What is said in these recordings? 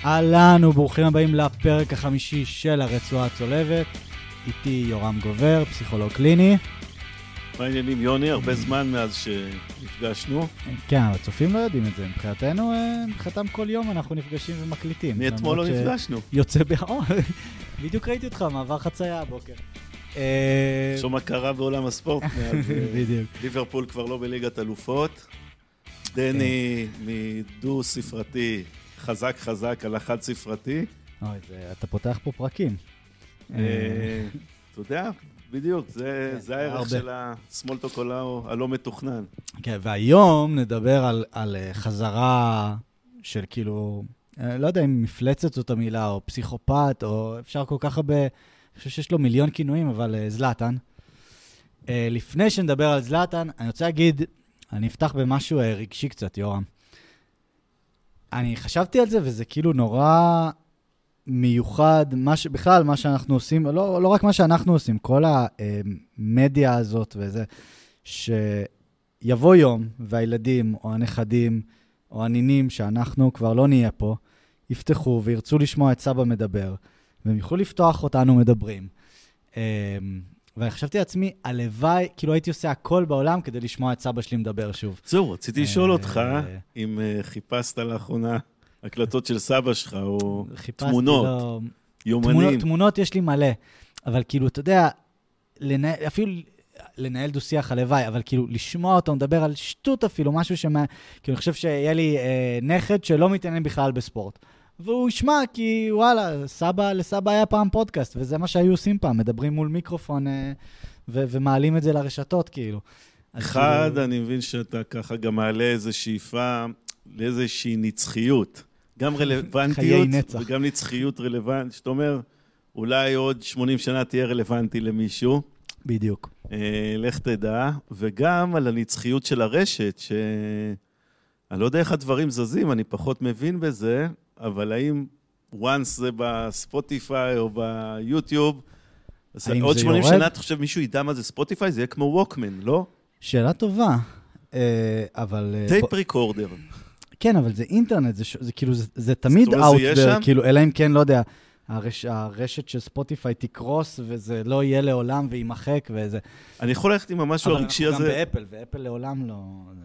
אהלן וברוכים הבאים לפרק החמישי של הרצועה הצולבת. איתי יורם גובר, פסיכולוג קליני. מה העניינים יוני? הרבה זמן מאז שנפגשנו. כן, אבל צופים לא יודעים את זה. מבחינתנו, מבחינתם כל יום אנחנו נפגשים ומקליטים. מאתמול לא נפגשנו. יוצא באור. בדיוק ראיתי אותך, מעבר חצייה הבוקר. שו מה קרה בעולם הספורט. בדיוק. ליברפול כבר לא בליגת אלופות. דני מדו ספרתי, חזק חזק על אחד ספרתי. אוי, אתה פותח פה פרקים. אתה יודע, בדיוק, זה הערך של הסמולטוק הלא מתוכנן. כן, והיום נדבר על חזרה של כאילו, לא יודע אם מפלצת זאת המילה, או פסיכופת, או אפשר כל כך הרבה, אני חושב שיש לו מיליון כינויים, אבל זלאטן. לפני שנדבר על זלאטן, אני רוצה להגיד, אני אפתח במשהו רגשי קצת, יורם. אני חשבתי על זה, וזה כאילו נורא מיוחד, בכלל מה שאנחנו עושים, לא רק מה שאנחנו עושים, כל המדיה הזאת וזה, שיבוא יום, והילדים או הנכדים או הנינים שאנחנו כבר לא נהיה פה, יפתחו וירצו לשמוע את סבא מדבר, והם יוכלו לפתוח אותנו מדברים. ואני חשבתי לעצמי, הלוואי, כאילו הייתי עושה הכל בעולם כדי לשמוע את סבא שלי מדבר שוב. זהו, רציתי לשאול אותך, אם חיפשת לאחרונה הקלטות של סבא שלך, או תמונות, יומנים. תמונות יש לי מלא, אבל כאילו, אתה יודע, אפילו לנהל דו-שיח הלוואי, אבל כאילו, לשמוע אותו, מדבר על שטות אפילו, משהו כאילו, אני חושב שיהיה לי נכד שלא מתעניין בכלל בספורט. והוא ישמע כי וואלה, לסבא היה פעם פודקאסט, וזה מה שהיו עושים פעם, מדברים מול מיקרופון ומעלים את זה לרשתות כאילו. אחד, אני מבין שאתה ככה גם מעלה איזו שאיפה לאיזושהי נצחיות, גם רלוונטיות וגם נצחיות רלוונטית, שאתה אומר, אולי עוד 80 שנה תהיה רלוונטי למישהו. בדיוק. לך תדע, וגם על הנצחיות של הרשת, שאני לא יודע איך הדברים זזים, אני פחות מבין בזה, אבל האם once זה בספוטיפיי או ביוטיוב, עוד 80 שנה, אתה חושב מישהו ידע מה זה ספוטיפיי? זה יהיה כמו ווקמן, לא? שאלה טובה, אבל... טייפ ריקורדר. כן, אבל זה אינטרנט, זה כאילו, זה תמיד out there, כאילו, אלא אם כן, לא יודע, הרשת של ספוטיפיי תקרוס, וזה לא יהיה לעולם וימחק, וזה... אני יכול ללכת עם המשהו הרגשי הזה... אבל אנחנו גם באפל, ואפל לעולם לא...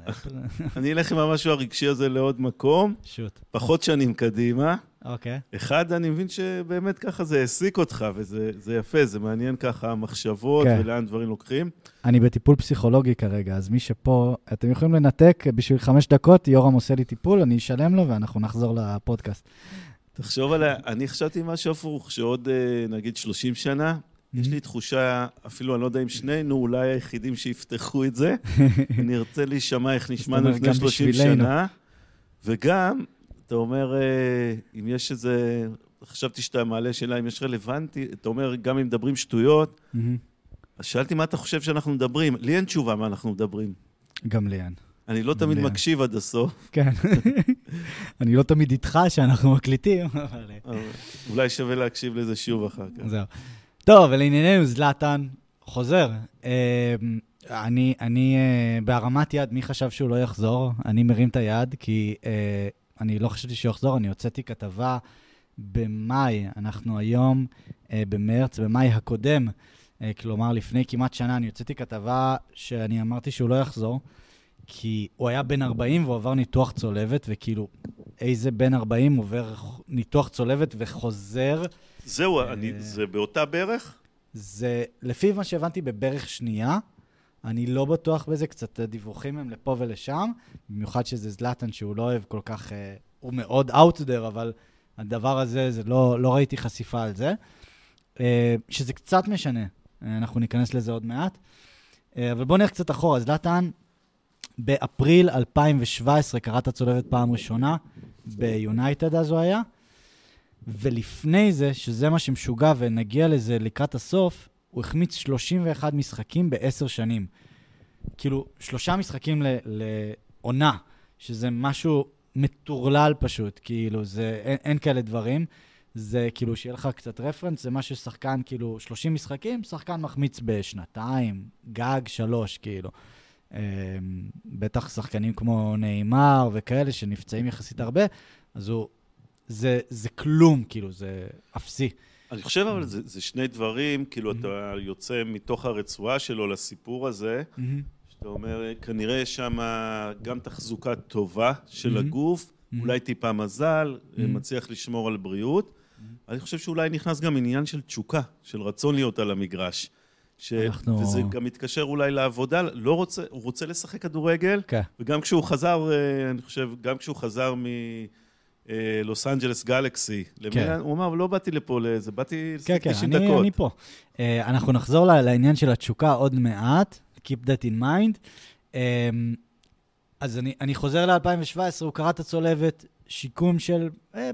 אני אלך עם המשהו הרגשי הזה לעוד מקום, פחות שנים קדימה. אוקיי. אחד, אני מבין שבאמת ככה זה העסיק אותך, וזה יפה, זה מעניין ככה המחשבות ולאן דברים לוקחים. אני בטיפול פסיכולוגי כרגע, אז מי שפה, אתם יכולים לנתק בשביל 5 דקות, יורם עושה לי טיפול, אני אשלם לו ואנחנו נחזור לפודקאסט. תחשוב עליה, אני חשבתי משהו הפוך, שעוד נגיד 30 שנה, יש לי תחושה, אפילו אני לא יודע אם שנינו, אולי היחידים שיפתחו את זה, אני ארצה להישמע איך נשמענו לפני 30 שנה, וגם, אתה אומר, אם יש איזה, חשבתי שאתה מעלה שאלה, אם יש רלוונטי, אתה אומר, גם אם מדברים שטויות, אז שאלתי מה אתה חושב שאנחנו מדברים, לי אין תשובה מה אנחנו מדברים. גם לי אין. אני לא תמיד מקשיב עד הסוף. כן. אני לא תמיד איתך שאנחנו מקליטים. אולי שווה להקשיב לזה שוב אחר כך. זהו. טוב, ולענייננו זלאטן חוזר. אני בהרמת יד, מי חשב שהוא לא יחזור? אני מרים את היד, כי אני לא חשבתי שהוא יחזור. אני הוצאתי כתבה במאי. אנחנו היום במרץ, במאי הקודם. כלומר, לפני כמעט שנה, אני הוצאתי כתבה שאני אמרתי שהוא לא יחזור. כי הוא היה בן 40 והוא עבר ניתוח צולבת, וכאילו, איזה בן 40 עובר ניתוח צולבת וחוזר. זהו, זה באותה ברך? זה, לפי מה שהבנתי, בברך שנייה. אני לא בטוח בזה, קצת דיווחים הם לפה ולשם, במיוחד שזה זלאטן שהוא לא אוהב כל כך, הוא מאוד out there, אבל הדבר הזה, לא ראיתי חשיפה על זה. שזה קצת משנה, אנחנו ניכנס לזה עוד מעט. אבל בואו נלך קצת אחורה, זלאטן, באפריל 2017 קראת הצולבת פעם ראשונה, ביונייטד אז הוא היה, ולפני זה, שזה מה שמשוגע ונגיע לזה לקראת הסוף, הוא החמיץ 31 משחקים ב10 שנים. כאילו, 3 משחקים לעונה, שזה משהו מטורלל פשוט, כאילו, אין כאלה דברים, זה כאילו שיהיה לך קצת רפרנס, זה מה ששחקן, כאילו, 30 משחקים, שחקן מחמיץ בשנתיים, גג 3, כאילו. בטח שחקנים כמו נאמר וכאלה שנפצעים יחסית הרבה, אז הוא זה כלום, כאילו, זה אפסי. אני חושב, אבל זה שני דברים, כאילו, אתה יוצא מתוך הרצועה שלו לסיפור הזה, שאתה אומר, כנראה יש שם גם תחזוקה טובה של הגוף, אולי טיפה מזל, מצליח לשמור על בריאות. אני חושב שאולי נכנס גם עניין של תשוקה, של רצון להיות על המגרש. וזה גם מתקשר אולי לעבודה, הוא רוצה לשחק כדורגל, וגם כשהוא חזר, אני חושב, גם כשהוא חזר מלוס אנג'לס גלקסי, הוא אמר, לא באתי לפה לזה, באתי לשחק 90 דקות. כן, אני פה. אנחנו נחזור לעניין של התשוקה עוד מעט, keep that in mind. אז אני חוזר ל-2017, הוא קרא את הצולבת, שיקום של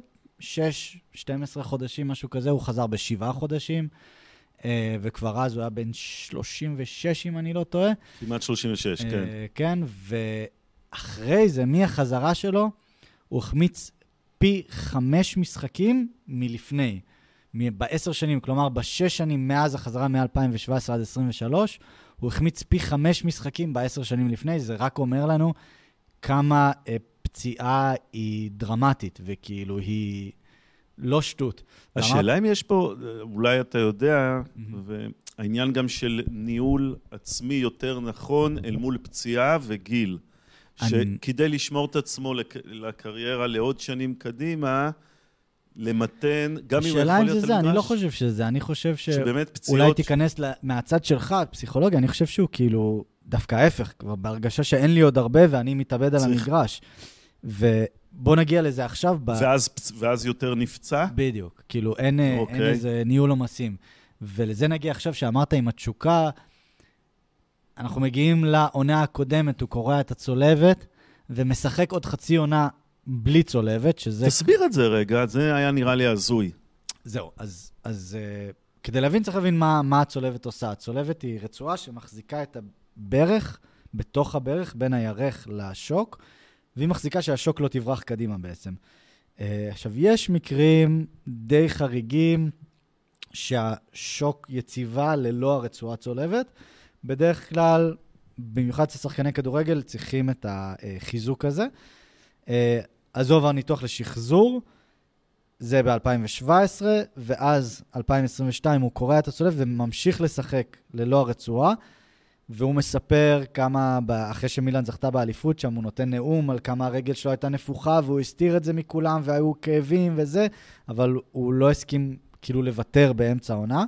12 חודשים, משהו כזה, הוא חזר ב7 חודשים, וכבר אז הוא היה בן 36, אם אני לא טועה. כמעט 36, כן. כן, ואחרי זה, מהחזרה שלו, הוא החמיץ פי 5 משחקים מלפני. ב10 שנים, כלומר, ב6 שנים מאז החזרה מ-2017 עד 23, הוא החמיץ פי 5 משחקים ב10 שנים לפני. זה רק אומר לנו כמה פציעה היא דרמטית, וכאילו היא לא שטות. השאלה אם יש פה, אולי אתה יודע, והעניין גם של ניהול עצמי יותר נכון אל מול פציעה וגיל, שכדי לשמור את עצמו לקריירה לעוד שנים קדימה, למתן, גם אם הוא יכול להיות השאלה אם זה, אני לא חושב שזה, אני חושב שאולי תיכנס מהצד שלך, פסיכולוגיה, אני חושב שהוא כאילו דווקא ההפך, כבר בהרגשה שאין לי עוד הרבה ואני מתאבד על המגרש. ובוא נגיע לזה עכשיו. ואז יותר נפצע? בדיוק, כאילו אין איזה ניהול עומסים. ולזה נגיע עכשיו שאמרת עם התשוקה, אנחנו מגיעים לעונה הקודמת, הוא קורא את הצולבת, ומשחק עוד חצי עונה בלי צולבת, שזה... תסביר את זה רגע, זה היה נראה לי הזוי. זהו, אז כדי להבין צריך להבין מה הצולבת עושה. הצולבת היא רצועה שמחזיקה את הברך, בתוך הברך, בין הירך לשוק, והיא מחזיקה שהשוק לא תברח קדימה בעצם. עכשיו, יש מקרים די חריגים שהשוק יציבה ללא הרצועה צולבת. בדרך כלל, במיוחד ששחקני כדורגל, צריכים את החיזוק הזה. עזוב הניתוח לשחזור, זה ב-2017, ואז 2022 הוא קורא את הצולב וממשיך לשחק ללא הרצועה, והוא מספר כמה, אחרי שמילאן זכתה באליפות, שם הוא נותן נאום על כמה הרגל שלו הייתה נפוחה, והוא הסתיר את זה מכולם, והיו כאבים וזה, אבל הוא לא הסכים כאילו לוותר באמצע העונה.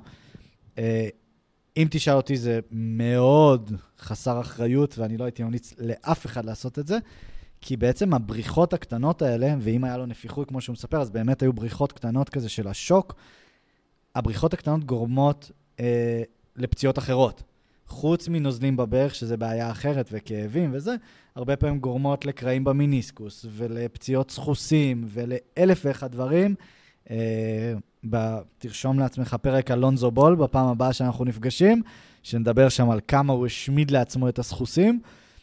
אם תשאל אותי, זה מאוד חסר אחריות, ואני לא הייתי ממליץ לאף אחד לעשות את זה, כי בעצם הבריחות הקטנות האלה, ואם היה לו נפיחות כמו שהוא מספר, אז באמת היו בריחות קטנות כזה של השוק, הבריחות הקטנות גורמות לפציעות אחרות. חוץ מנוזלים בברך, שזה בעיה אחרת וכאבים וזה, הרבה פעמים גורמות לקרעים במיניסקוס, ולפציעות סחוסים, ולאלף ואחד דברים. תרשום לעצמך פרק על לונזו בול, בפעם הבאה שאנחנו נפגשים, שנדבר שם על כמה הוא השמיד לעצמו את הסחוסים.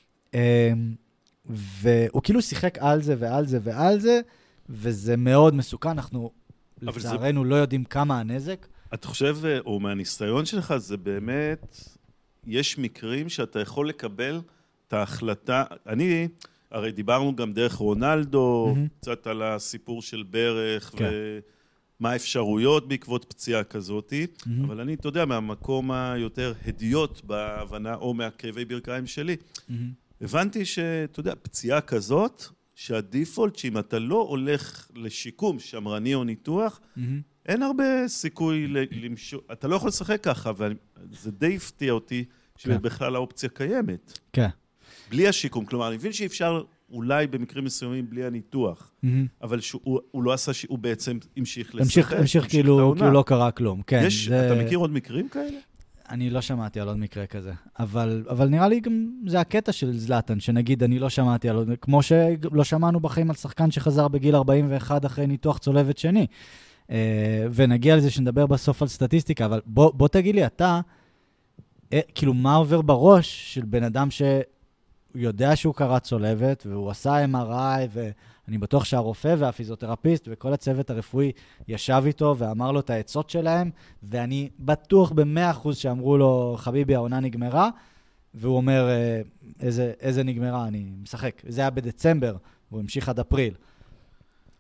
והוא כאילו שיחק על זה ועל זה ועל זה, וזה מאוד מסוכן, אנחנו לצערנו לא יודעים כמה הנזק. אתה חושב, או מהניסיון שלך, זה באמת, יש מקרים שאתה יכול לקבל את ההחלטה, הרי דיברנו גם דרך רונלדו, קצת על הסיפור של ברך, ומה האפשרויות בעקבות פציעה כזאת, אבל אני, אתה יודע, מהמקום היותר הדיוט בהבנה, או מהכאבי ברכיים שלי, הבנתי שאתה יודע, פציעה כזאת, שהדיפולט, שאם אתה לא הולך לשיקום שמרני או ניתוח, אין הרבה סיכוי למשוך, אתה לא יכול לשחק ככה, וזה די הפתיע אותי שבכלל האופציה קיימת. כן. בלי השיקום, כלומר, אני מבין שאפשר אולי במקרים מסוימים בלי הניתוח, אבל הוא לא עשה, הוא בעצם המשיך לשחק. המשיך כאילו לא קרה כלום, כן. אתה מכיר עוד מקרים כאלה? אני לא שמעתי על עוד מקרה כזה, אבל נראה לי גם זה הקטע של זלאטן, שנגיד אני לא שמעתי על עוד, כמו שלא שמענו בחיים על שחקן שחזר בגיל 41 אחרי ניתוח צולבת שני, ונגיע לזה שנדבר בסוף על סטטיסטיקה, אבל בוא תגיד לי, אתה, כאילו מה עובר בראש של בן אדם שהוא יודע שהוא קרא צולבת, והוא עשה MRI, ואני בטוח שהרופא והפיזיותרפיסט וכל הצוות הרפואי ישב איתו ואמר לו את העצות שלהם, ואני בטוח ב100% שאמרו לו, חביבי, העונה נגמרה, והוא אומר, איזה נגמרה, אני משחק. זה היה בדצמבר, והוא המשיך עד אפריל.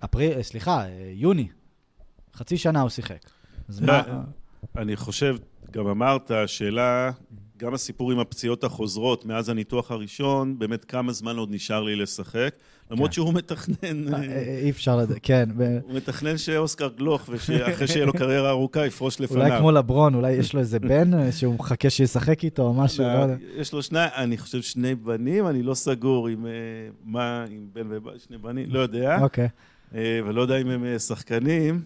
סליחה, יוני. חצי שנה הוא שיחק. אז מה... אני חושב, גם אמרת, השאלה, גם הסיפור עם הפציעות החוזרות מאז הניתוח הראשון, באמת כמה זמן עוד נשאר לי לשחק, למרות שהוא מתכנן... אי אפשר לדעת, כן. הוא מתכנן שאוסקר גלוך, ואחרי שיהיה לו קריירה ארוכה, יפרוש לפניו. אולי כמו לברון, אולי יש לו איזה בן שהוא מחכה שישחק איתו או משהו, לא יודע. יש לו אני חושב שני בנים, אני לא סגור עם בן ושני בנים, לא יודע. אוקיי. ולא יודע אם הם שחקנים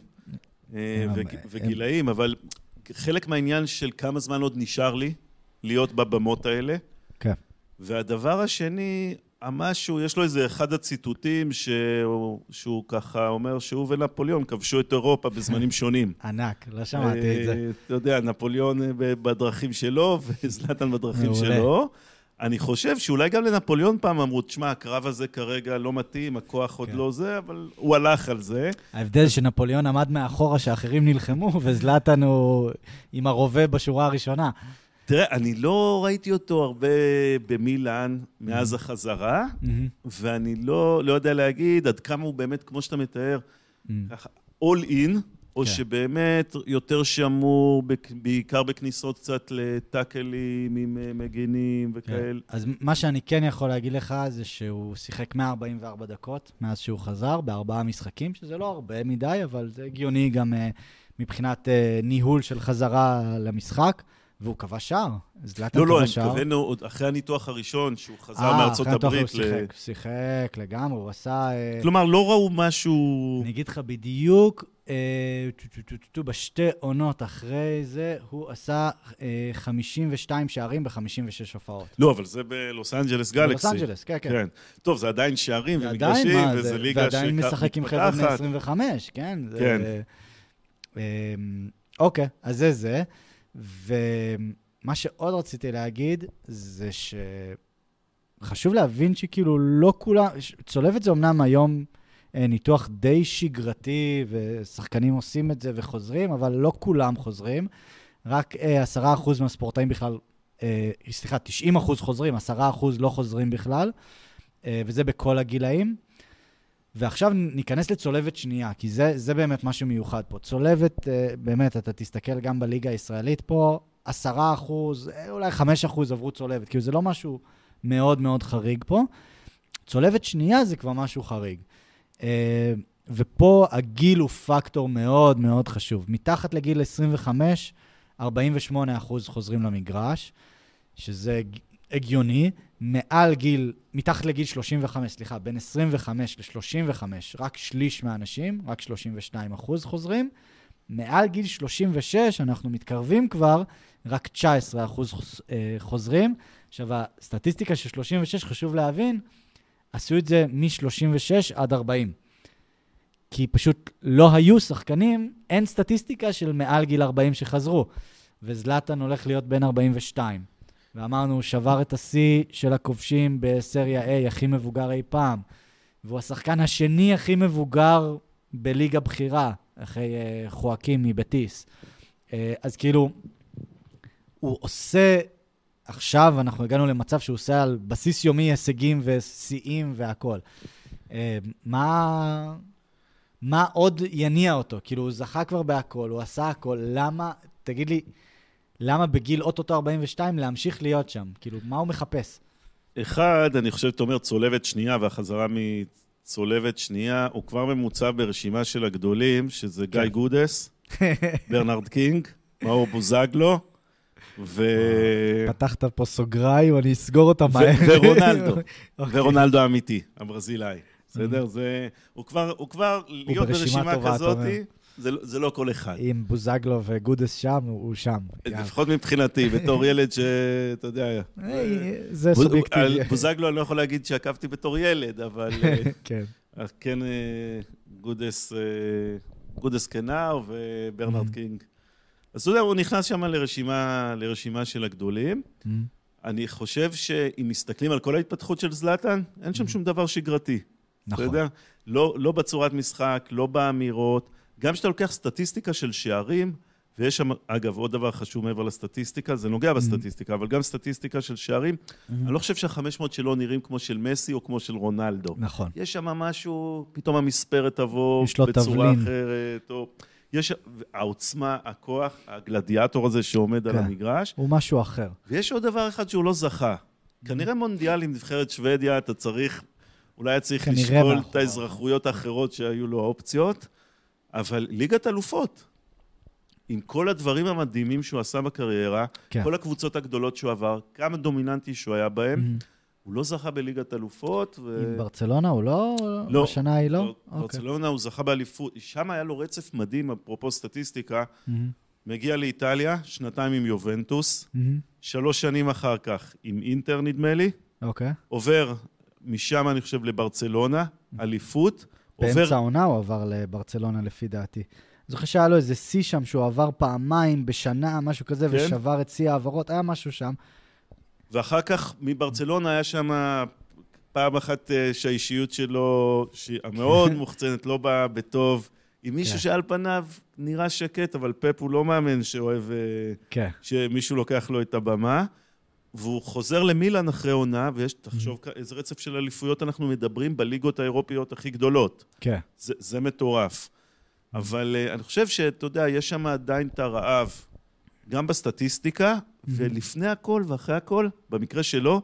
וגילאים, אבל חלק מהעניין של כמה זמן עוד נשאר לי להיות בבמות האלה. כן. והדבר השני, המשהו, יש לו איזה אחד הציטוטים שהוא ככה אומר שהוא ונפוליאון כבשו את אירופה בזמנים שונים. ענק, לא שמעתי את זה. אתה יודע, נפוליאון בדרכים שלו וזלאטן בדרכים שלו. אני חושב שאולי גם לנפוליאון פעם אמרו, תשמע, הקרב הזה כרגע לא מתאים, הכוח עוד לא זה, אבל הוא הלך על זה. ההבדל שנפוליאון עמד מאחורה שאחרים נלחמו, וזלאטן הוא עם הרובה בשורה הראשונה. תראה, אני לא ראיתי אותו הרבה במילאן מאז החזרה, ואני לא יודע להגיד עד כמה הוא באמת, כמו שאתה מתאר, ככה, all in, או שבאמת יותר שמור, בעיקר בכניסות קצת לטאקלים עם מגינים וכאלה. אז מה שאני כן יכול להגיד לך זה שהוא שיחק 144 דקות מאז שהוא חזר, בארבעה משחקים, שזה לא הרבה מדי, אבל זה הגיוני גם מבחינת ניהול של חזרה למשחק. והוא קבע שער. לא, אני מתכוון אחרי הניתוח הראשון, שהוא חזר מארצות הברית. שיחק לגמרי, הוא עשה... כלומר, לא ראו משהו... אני אגיד לך בדיוק, בשתי עונות אחרי זה, הוא עשה 52 שערים ב-56 הופעות. לא, אבל זה בלוס אנג'לס גלקסי. בלוס אנג'לס, כן. טוב, זה עדיין שערים ומגרשים, וזה ליגה ועדיין משחק עם חבר'ה בני 25, כן? כן. אוקיי, אז זה. ומה שעוד רציתי להגיד, זה שחשוב להבין שכאילו לא כולם, צולבת זה אמנם היום ניתוח די שגרתי, ושחקנים עושים את זה וחוזרים, אבל לא כולם חוזרים. רק 10% מהספורטאים בכלל, 90% חוזרים, 10% לא חוזרים בכלל, וזה בכל הגילאים. ועכשיו ניכנס לצולבת שנייה, כי זה באמת משהו מיוחד פה. צולבת, באמת, אתה תסתכל גם בליגה הישראלית פה, 10%, אולי 5% עברו צולבת, כי זה לא משהו מאוד מאוד חריג פה. צולבת שנייה זה כבר משהו חריג. ופה הגיל הוא פקטור מאוד מאוד חשוב. מתחת לגיל 25, 48% חוזרים למגרש, שזה הגיוני. מתחת לגיל 35, בין 25 ל-35, רק שליש מהאנשים, רק 32% חוזרים. מעל גיל 36, אנחנו מתקרבים כבר, רק 19% חוזרים. עכשיו, הסטטיסטיקה של 36, חשוב להבין, עשו את זה מ-36 עד 40. כי פשוט לא היו שחקנים, אין סטטיסטיקה של מעל גיל 40 שחזרו. וזלאטן הולך להיות בין 42. ואמרנו, הוא שבר את השיא של הכובשים בסריה A, הכי מבוגר אי פעם. והוא השחקן השני הכי מבוגר בליגה בחירה, אחרי חואקים מבטיס. אז כאילו, הוא עושה, עכשיו אנחנו הגענו למצב שהוא עושה על בסיס יומי הישגים ושיאים והכל. מה עוד יניע אותו? כאילו, הוא זכה כבר בהכל, הוא עשה הכל. למה, תגיד לי, למה בגיל אוטוטו 42 להמשיך להיות שם? כאילו, מה הוא מחפש? אחד, אני חושב, אתה אומר, צולבת שנייה, והחזרה מצולבת שנייה, הוא כבר ממוצע ברשימה של הגדולים, שזה גיא גודס, ברנרד קינג, מאור בוזגלו, פתחת פה סוגריים, אני אסגור אותם מהר. ורונלדו, ורונלדו האמיתי, הברזילאי. בסדר? הוא כבר להיות ברשימה כזאת, זה לא כל אחד. אם בוזגלו וגודס שם, הוא שם. לפחות מבחינתי, בתור ילד שאתה יודע... זה סובייקטיבי. בוזגלו אני לא יכול להגיד שעקבתי בתור ילד, אבל... כן, גודס קנאו וברנרד קינג. אז אתה יודע, הוא נכנס שם לרשימה של הגדולים. אני חושב שאם מסתכלים על כל ההתפתחות של זלאטן, אין שם שום דבר שגרתי. נכון. אתה יודע, לא בצורת משחק, לא באמירות. גם שאתה לוקח סטטיסטיקה של שערים, ויש שם, אגב, עוד דבר חשוב מעבר לסטטיסטיקה, זה נוגע בסטטיסטיקה, אבל גם סטטיסטיקה של שערים. אני לא חושב שה-500 שלו נראים כמו של מסי או כמו של רונלדו. נכון. יש שם משהו, פתאום המספרת תבוא יש לו בצורה תבלין. אחרת, או... יש העוצמה, הכוח, הגלדיאטור הזה שעומד על המגרש. הוא משהו אחר. ויש עוד דבר אחד שהוא לא זכה. כנראה מונדיאל עם נבחרת שוודיה, אתה צריך, אולי צריך לשקול את האזרחויות האחרות שהיו לו האופציות, אבל ליגת אלופות, עם כל הדברים המדהימים שהוא עשה בקריירה, כל הקבוצות הגדולות שהוא עבר, כמה דומיננטי שהוא היה בהם, הוא לא זכה בליגת אלופות. עם ברצלונה הוא לא? לא. בשנה היא לא? ברצלונה הוא זכה באליפות. שם היה לו רצף מדהים, אפרופו סטטיסטיקה. מגיע לאיטליה, 2 עם יובנטוס, 3 שנים אחר כך עם אינטר נדמה לי. עובר משם אני חושב לברצלונה, אליפות. באמצע העונה הוא עבר לברצלונה לפי דעתי. זוכר שהיה לו איזה שיא שם שהוא עבר פעמיים בשנה, משהו כזה, ושבר את שיא העברות, היה משהו שם. ואחר כך מברצלונה היה שם פעם אחת שהאישיות שלו, המאוד מוחצנת, לא באה בטוב, עם מישהו שעל פניו נראה שקט, אבל פפ הוא לא מאמן שאוהב שמישהו לוקח לו את הבמה, והוא חוזר למילאן אחרי עונה, ויש, תחשוב איזה רצף של אליפויות אנחנו מדברים בליגות האירופיות הכי גדולות. כן. זה מטורף. אבל אני חושב שאתה יודע, יש שם עדיין את הרעב, גם בסטטיסטיקה, ולפני הכל ואחרי הכל, במקרה שלו,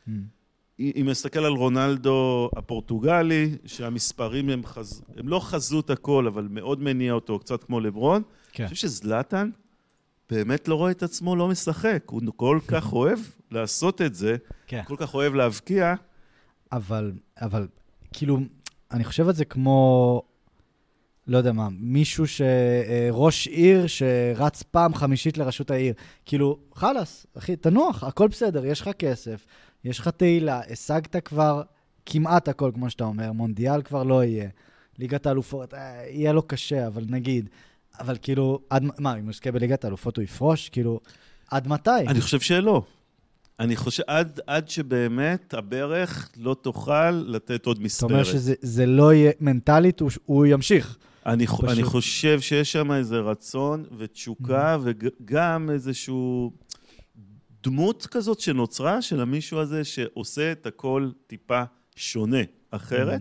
אם נסתכל על רונלדו הפורטוגלי, שהמספרים הם לא חזות הכל, אבל מאוד מניע אותו, קצת כמו לברון, אני חושב שזלאטן באמת לא רואה את עצמו, לא משחק. הוא כל כך אוהב לעשות את זה, כל כך אוהב להבקיע. אבל כאילו, אני חושב את זה כמו... לא יודע מה, מישהו ראש עיר שרץ פעם חמישית לרשות העיר. כאילו, חלס, אחי, תנוח, הכל בסדר, יש לך כסף, יש לך תהילה, השגת כבר כמעט הכל, כמו שאתה אומר, מונדיאל כבר לא יהיה, ליגת האלופות, יהיה לו קשה, אבל נגיד, אבל כאילו, מה, אם הוא יזכה בליגת האלופות הוא יפרוש? כאילו, עד מתי? אני חושב שלא. אני חושב, עד שבאמת הברך לא תוכל לתת עוד מספרת. זאת אומרת שזה לא יהיה מנטלית, הוא ימשיך. אני חושב שיש שם איזה רצון ותשוקה, וגם איזשהו דמות כזאת שנוצרה, של המישהו הזה שעושה את הכל טיפה שונה, אחרת.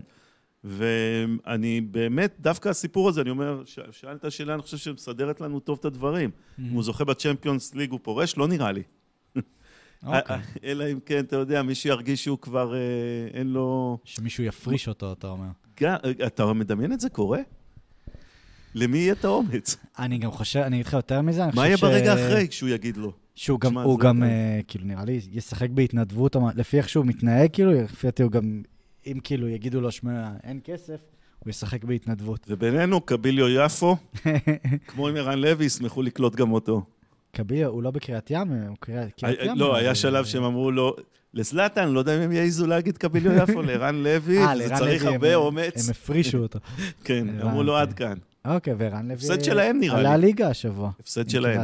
ואני באמת, דווקא הסיפור הזה, אני אומר, שאלת שאלה, אני חושב שמסדרת לנו טוב את הדברים. אם הוא זוכה בצ'מפיונס ליג, הוא פורש, לא נראה לי. אלא אם כן, אתה יודע, מישהו ירגיש שהוא כבר אין לו... שמישהו יפריש אותו, אתה אומר. אתה מדמיין את זה קורה? למי יהיה את האומץ? אני גם חושב, אני אגיד לך יותר מזה, מה יהיה ברגע אחרי כשהוא יגיד לו? שהוא גם, כאילו, נראה לי, ישחק בהתנדבות, לפי איך שהוא מתנהג, כאילו, לפי דעתי הוא גם, אם כאילו יגידו לו שמע, אין כסף, הוא ישחק בהתנדבות. ובינינו, קביליו יפו, כמו עם ערן לוי, ישמחו לקלוט גם אותו. קביליו, הוא לא בקריית ים? לא, היה שלב שהם אמרו לו, לזלאטן, לא יודע אם הם יעיזו להגיד קביליו יפו, לערן לוי, זה צריך הרבה אומץ. הם הפרישו אותו. כן, אמרו לו עד כאן. אוקיי, וערן לוי... הפסד שלהם נראה לי. עלה ליגה השבוע. הפסד שלהם.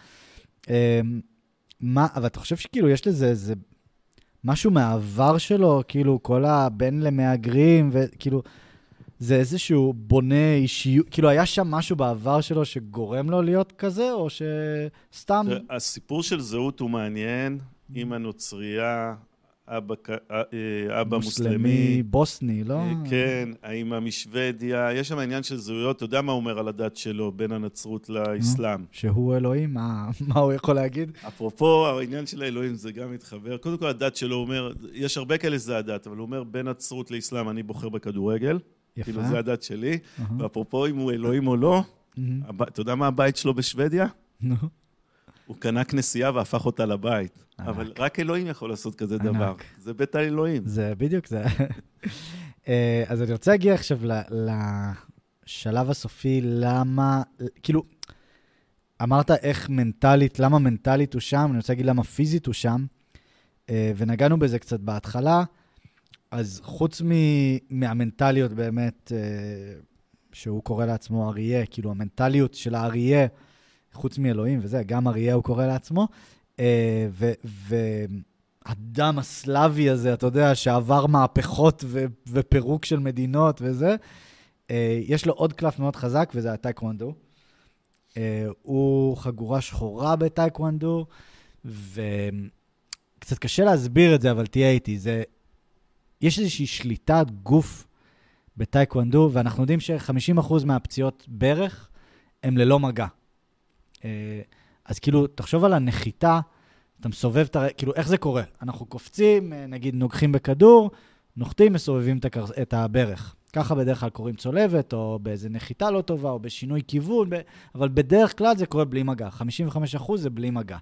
אבל אתה חושב שכאילו יש לזה איזה משהו מהעבר שלו, כאילו כל הבן למהגרים, וכאילו זה איזשהו בונה אישיות, כאילו היה שם משהו בעבר שלו שגורם לו להיות כזה, או שסתם... הסיפור של זהות הוא מעניין, אמא נוצריה, אבא מוסלמי. בוסני, לא? כן, האמא משוודיה, יש שם העניין של זהויות, אתה יודע מה הוא אומר על הדת שלו, בין הנצרות לאסלאם. שהוא אלוהים, מה הוא יכול להגיד? אפרופו, העניין של האלוהים זה גם מתחבר. קודם כל הדת שלו אומר, יש הרבה כאלה שזה הדת, אבל הוא אומר, בין נצרות לאסלאם אני בוחר בכדורגל. יפה. כאילו זה הדת שלי. ואפרופו אם הוא אלוהים או לא, אתה יודע מה הבית שלו בשוודיה? הוא קנה כנסייה והפך אותה לבית. אבל רק אלוהים יכול לעשות כזה דבר. זה בית האלוהים. זה בדיוק זה. אז אני רוצה להגיע עכשיו לשלב הסופי, למה, כאילו, אמרת איך מנטלית, למה מנטלית הוא שם, אני רוצה להגיד למה פיזית הוא שם, ונגענו בזה קצת בהתחלה, אז חוץ מהמנטליות באמת, שהוא קורא לעצמו אריה, כאילו המנטליות של האריה, חוץ מאלוהים וזה, גם אריה הוא קורא לעצמו, והדם הסלאבי הזה, אתה יודע, שעבר מהפכות ופירוק של מדינות וזה, יש לו עוד קלף מאוד חזק, וזה הטייקוונדו. הוא חגורה שחורה בטייקוונדו, וקצת קשה להסביר את זה, אבל תהיה איתי. יש איזושהי שליטת גוף בטייקוונדו, ואנחנו יודעים ש50% מהפציעות ברך הם ללא מגע. אז כאילו, תחשוב על הנחיתה, אתה מסובב כאילו, איך זה קורה? אנחנו קופצים, נגיד נוגחים בכדור, נוחתים, מסובבים את הברך. ככה בדרך כלל קוראים צולבת, או באיזה נחיתה לא טובה, או בשינוי כיוון, אבל בדרך כלל זה קורה בלי מגע. 55% זה בלי מגע.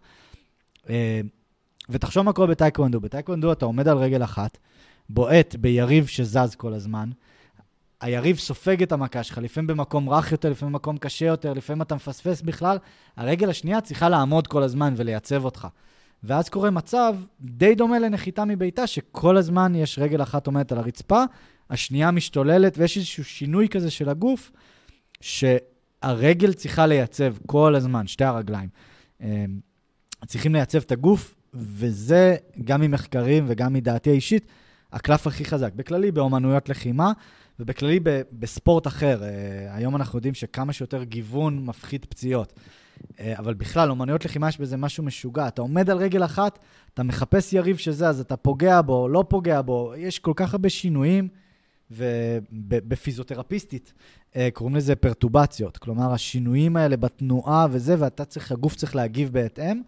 ותחשוב מה קורה בטייקוונדו. בטייקוונדו אתה עומד על רגל אחת, בועט ביריב שזז כל הזמן, היריב סופג את המכה שלך, לפעמים במקום רך יותר, לפעמים במקום קשה יותר, לפעמים אתה מפספס בכלל, הרגל השנייה צריכה לעמוד כל הזמן ולייצב אותך. ואז קורה מצב די דומה לנחיתה מביתה, שכל הזמן יש רגל אחת עומדת על הרצפה, השנייה משתוללת, ויש איזשהו שינוי כזה של הגוף, שהרגל צריכה לייצב כל הזמן, שתי הרגליים. צריכים לייצב את הגוף, וזה גם ממחקרים וגם מדעתי האישית, הקלף הכי חזק. בכללי, באומנויות לחימה, ובכללי בספורט אחר. היום אנחנו יודעים שכמה שיותר גיוון מפחית פציעות. אבל בכלל, אומנויות לחימה יש בזה משהו משוגע. אתה עומד על רגל אחת, אתה מחפש יריב שזה, אז אתה פוגע בו, לא פוגע בו. יש כל כך הרבה שינויים, ובפיזיותרפיסטית קוראים לזה פרטובציות. כלומר, השינויים האלה בתנועה וזה, הגוף צריך להגיב בהתאם.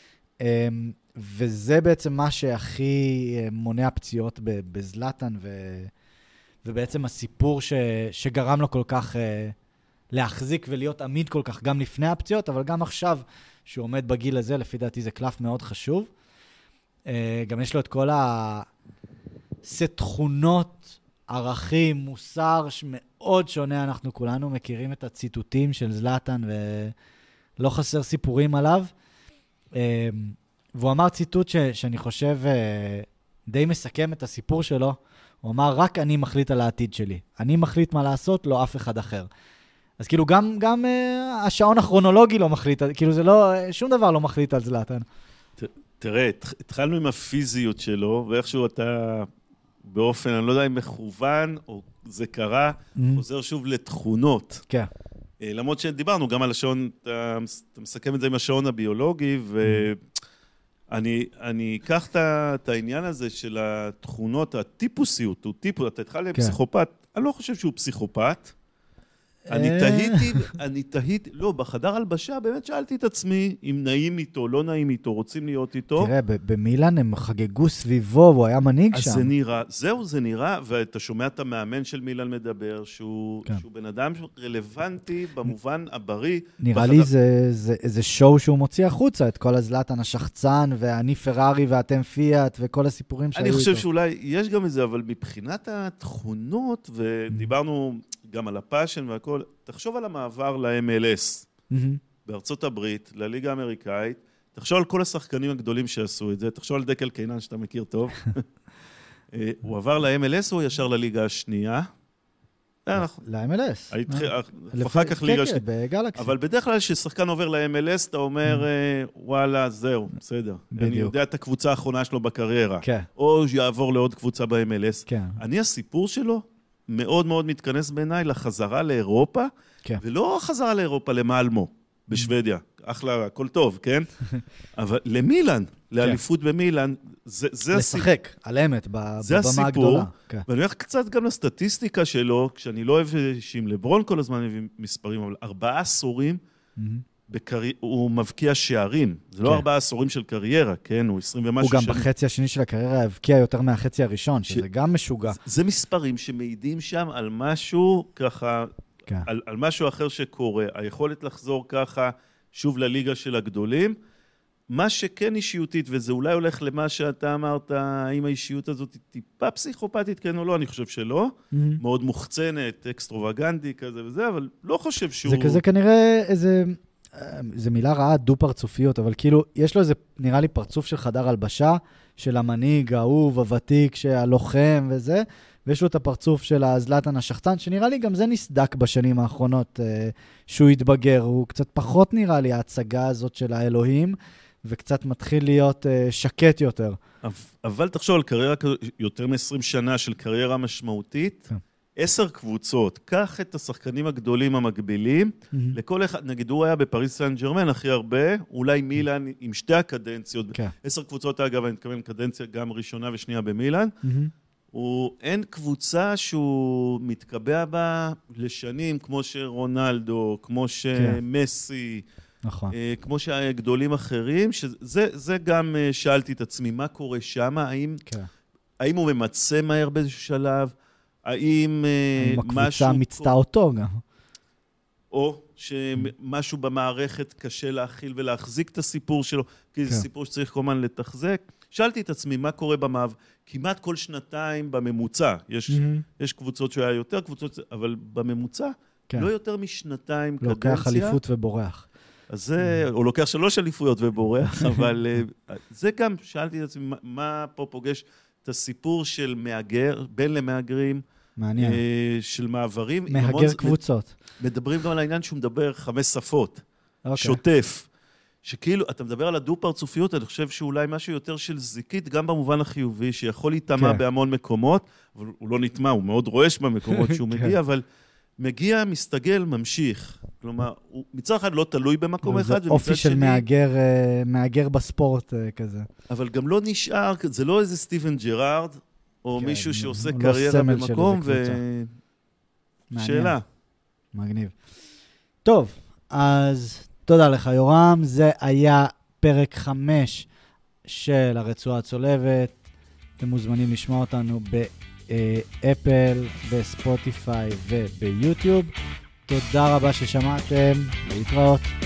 וזה בעצם מה שהכי מונע פציעות בזלטן, ובעצם הסיפור שגרם לו כל כך להחזיק ולהיות עמיד כל כך, גם לפני הפציעות, אבל גם עכשיו שהוא עומד בגיל הזה, לפי דעתי זה קלף מאוד חשוב. גם יש לו את כל הסט תכונות, ערכים, מוסר, שמאוד שונה. אנחנו כולנו מכירים את הציטוטים של זלטן, ולא חסר סיפורים עליו. והוא אמר ציטוט שאני חושב די מסכם את הסיפור שלו. הוא אמר, רק אני מחליט על העתיד שלי. אני מחליט מה לעשות, לא אף אחד אחר. אז כאילו גם השעון הכרונולוגי לא מחליט, כאילו זה לא, שום דבר לא מחליט על זלטן. תראה, התחלנו עם הפיזיות שלו, ואיכשהו אתה באופן, אני לא יודע אם מכוון, או זה קרה, חוזר שוב לתכונות. כן. למרות שדיברנו גם על השעון, אתה מסכם את זה עם השעון הביולוגי, אני אקח את העניין הזה של התכונות, הטיפוסיות, אתה התחל לפסיכופת, אני לא חושב שהוא פסיכופת, אני תהיתי, לא, בחדר הלבשה באמת שאלתי את עצמי אם נעים איתו, לא נעים איתו, רוצים להיות איתו. תראה, במילאן הם חגגו סביבו, והוא היה מנהיג שם. אז זה נראה, זה נראה, ואתה שומע את המאמן של מילאן מדבר, שהוא בן אדם רלוונטי במובן הבריא. נראה לי זה שואו שהוא מוציא החוצה, את כל הזלטן השחצן, ואני פרארי ואתם פיאט, וכל הסיפורים שהיו איתו. אני חושב שאולי יש גם איזה, אבל מבחינת התכונות, ודיברנו גם על הפאשן והכל, תחשוב על המעבר ל-MLS בארצות הברית, לליגה האמריקאית, תחשוב על כל השחקנים הגדולים שעשו את זה, תחשוב על דקל קיינן שאתה מכיר טוב. הוא עבר ל-MLS או ישר לליגה השנייה? ל-MLS. אחר כך ליגה השנייה. בגלקסי. אבל בדרך כלל כששחקן עובר ל-MLS, אתה אומר, וואלה, זהו, בסדר. אני יודע את הקבוצה האחרונה שלו בקריירה. או שיעבור לעוד קבוצה ב-MLS. אני הסיפור שלו, מאוד מאוד מתכנס בעיניי לחזרה לאירופה, ולא חזרה לאירופה למלמו, בשוודיה. אחלה, הכל טוב, כן? אבל למילאן, לאליפות במילאן, זה לשחק, על אמת, בבמה הגדולה. ואני הולך קצת גם לסטטיסטיקה שלו, כשאני לא אוהב שעם לברון כל הזמן מביא מספרים, אבל 4 עשורים, הוא מבקיע שערים. זה לא 4 עשורים של קריירה, כן? הוא 20 ומשהו שנים. הוא גם בחצי השני של הקריירה הבקיע יותר מהחצי הראשון, שזה גם משוגע. זה מספרים שמעידים שם על משהו ככה, על משהו אחר שקורה. היכולת לחזור ככה שוב לליגה של הגדולים. מה שכן אישיותית, וזה אולי הולך למה שאתה אמרת, האם האישיות הזאת היא טיפה פסיכופתית, כן או לא, אני חושב שלא. מאוד מוחצנת, אקסטרווגנטי כזה וזה, אבל לא חושב שהוא... זה כזה כנראה איזה... זה מילה רעה, דו-פרצופיות, אבל כאילו, יש לו איזה, נראה לי, פרצוף של חדר הלבשה, של המנהיג, האהוב, הוותיק, שהלוחם וזה, ויש לו את הפרצוף של הזלטן השחצן, שנראה לי גם זה נסדק בשנים האחרונות, שהוא התבגר, הוא קצת פחות נראה לי ההצגה הזאת של האלוהים, וקצת מתחיל להיות שקט יותר. אבל תחשוב על קריירה יותר מ-20 שנה של קריירה משמעותית, 10 קבוצות, קח את השחקנים הגדולים המקבילים, לכל אחד, נגיד הוא היה בפריס סן ז'רמן הכי הרבה, אולי מילאן עם 2 הקדנציות, 10 קבוצות אגב, אני מתכוון קדנציה גם ראשונה ושנייה במילאן, אין קבוצה שהוא מתקבע בה לשנים, כמו שרונלדו, כמו שמסי, נכון. כמו שגדולים אחרים, שזה גם שאלתי את עצמי, מה קורה שם? האם הוא ממצא מהר באיזשהו שלב? האם הקבוצה מצטה אותו גם? או שמשהו במערכת קשה להכיל ולהחזיק את הסיפור שלו, כי זה סיפור שצריך כל הזמן לתחזק. שאלתי את עצמי, מה קורה כמעט כל שנתיים בממוצע, יש קבוצות שהיה יותר קבוצות, אבל בממוצע, לא יותר משנתיים קדנציה. לוקח אליפות ובורח. אז זה, או לוקח 3 אליפויות ובורח, אבל זה גם, שאלתי את עצמי, מה פה פוגש את הסיפור של מהגר, בין למהגרים, מעניין. של מעברים. מהגר קבוצות. מדברים גם על העניין שהוא מדבר 5 שפות, שוטף. שכאילו, אתה מדבר על הדו-פרצופיות, אני חושב שאולי משהו יותר של זיקית, גם במובן החיובי, שיכול להתאמה בהמון מקומות, אבל הוא לא נטמע, הוא מאוד רועש במקומות שהוא מגיע, אבל מגיע, מסתגל, ממשיך. כלומר, הוא מצד אחד לא תלוי במקום אחד, זה אופי של מהגר בספורט כזה. אבל גם לא נשאר, זה לא איזה סטיבן ג'רארד, או מישהו שעושה קריירה במקום, שאלה. מגניב. טוב, אז תודה לך יורם, זה היה פרק 5 של הרצועה הצולבת, אתם מוזמנים לשמוע אותנו באפל, בספוטיפיי וביוטיוב. תודה רבה ששמעתם, להתראות.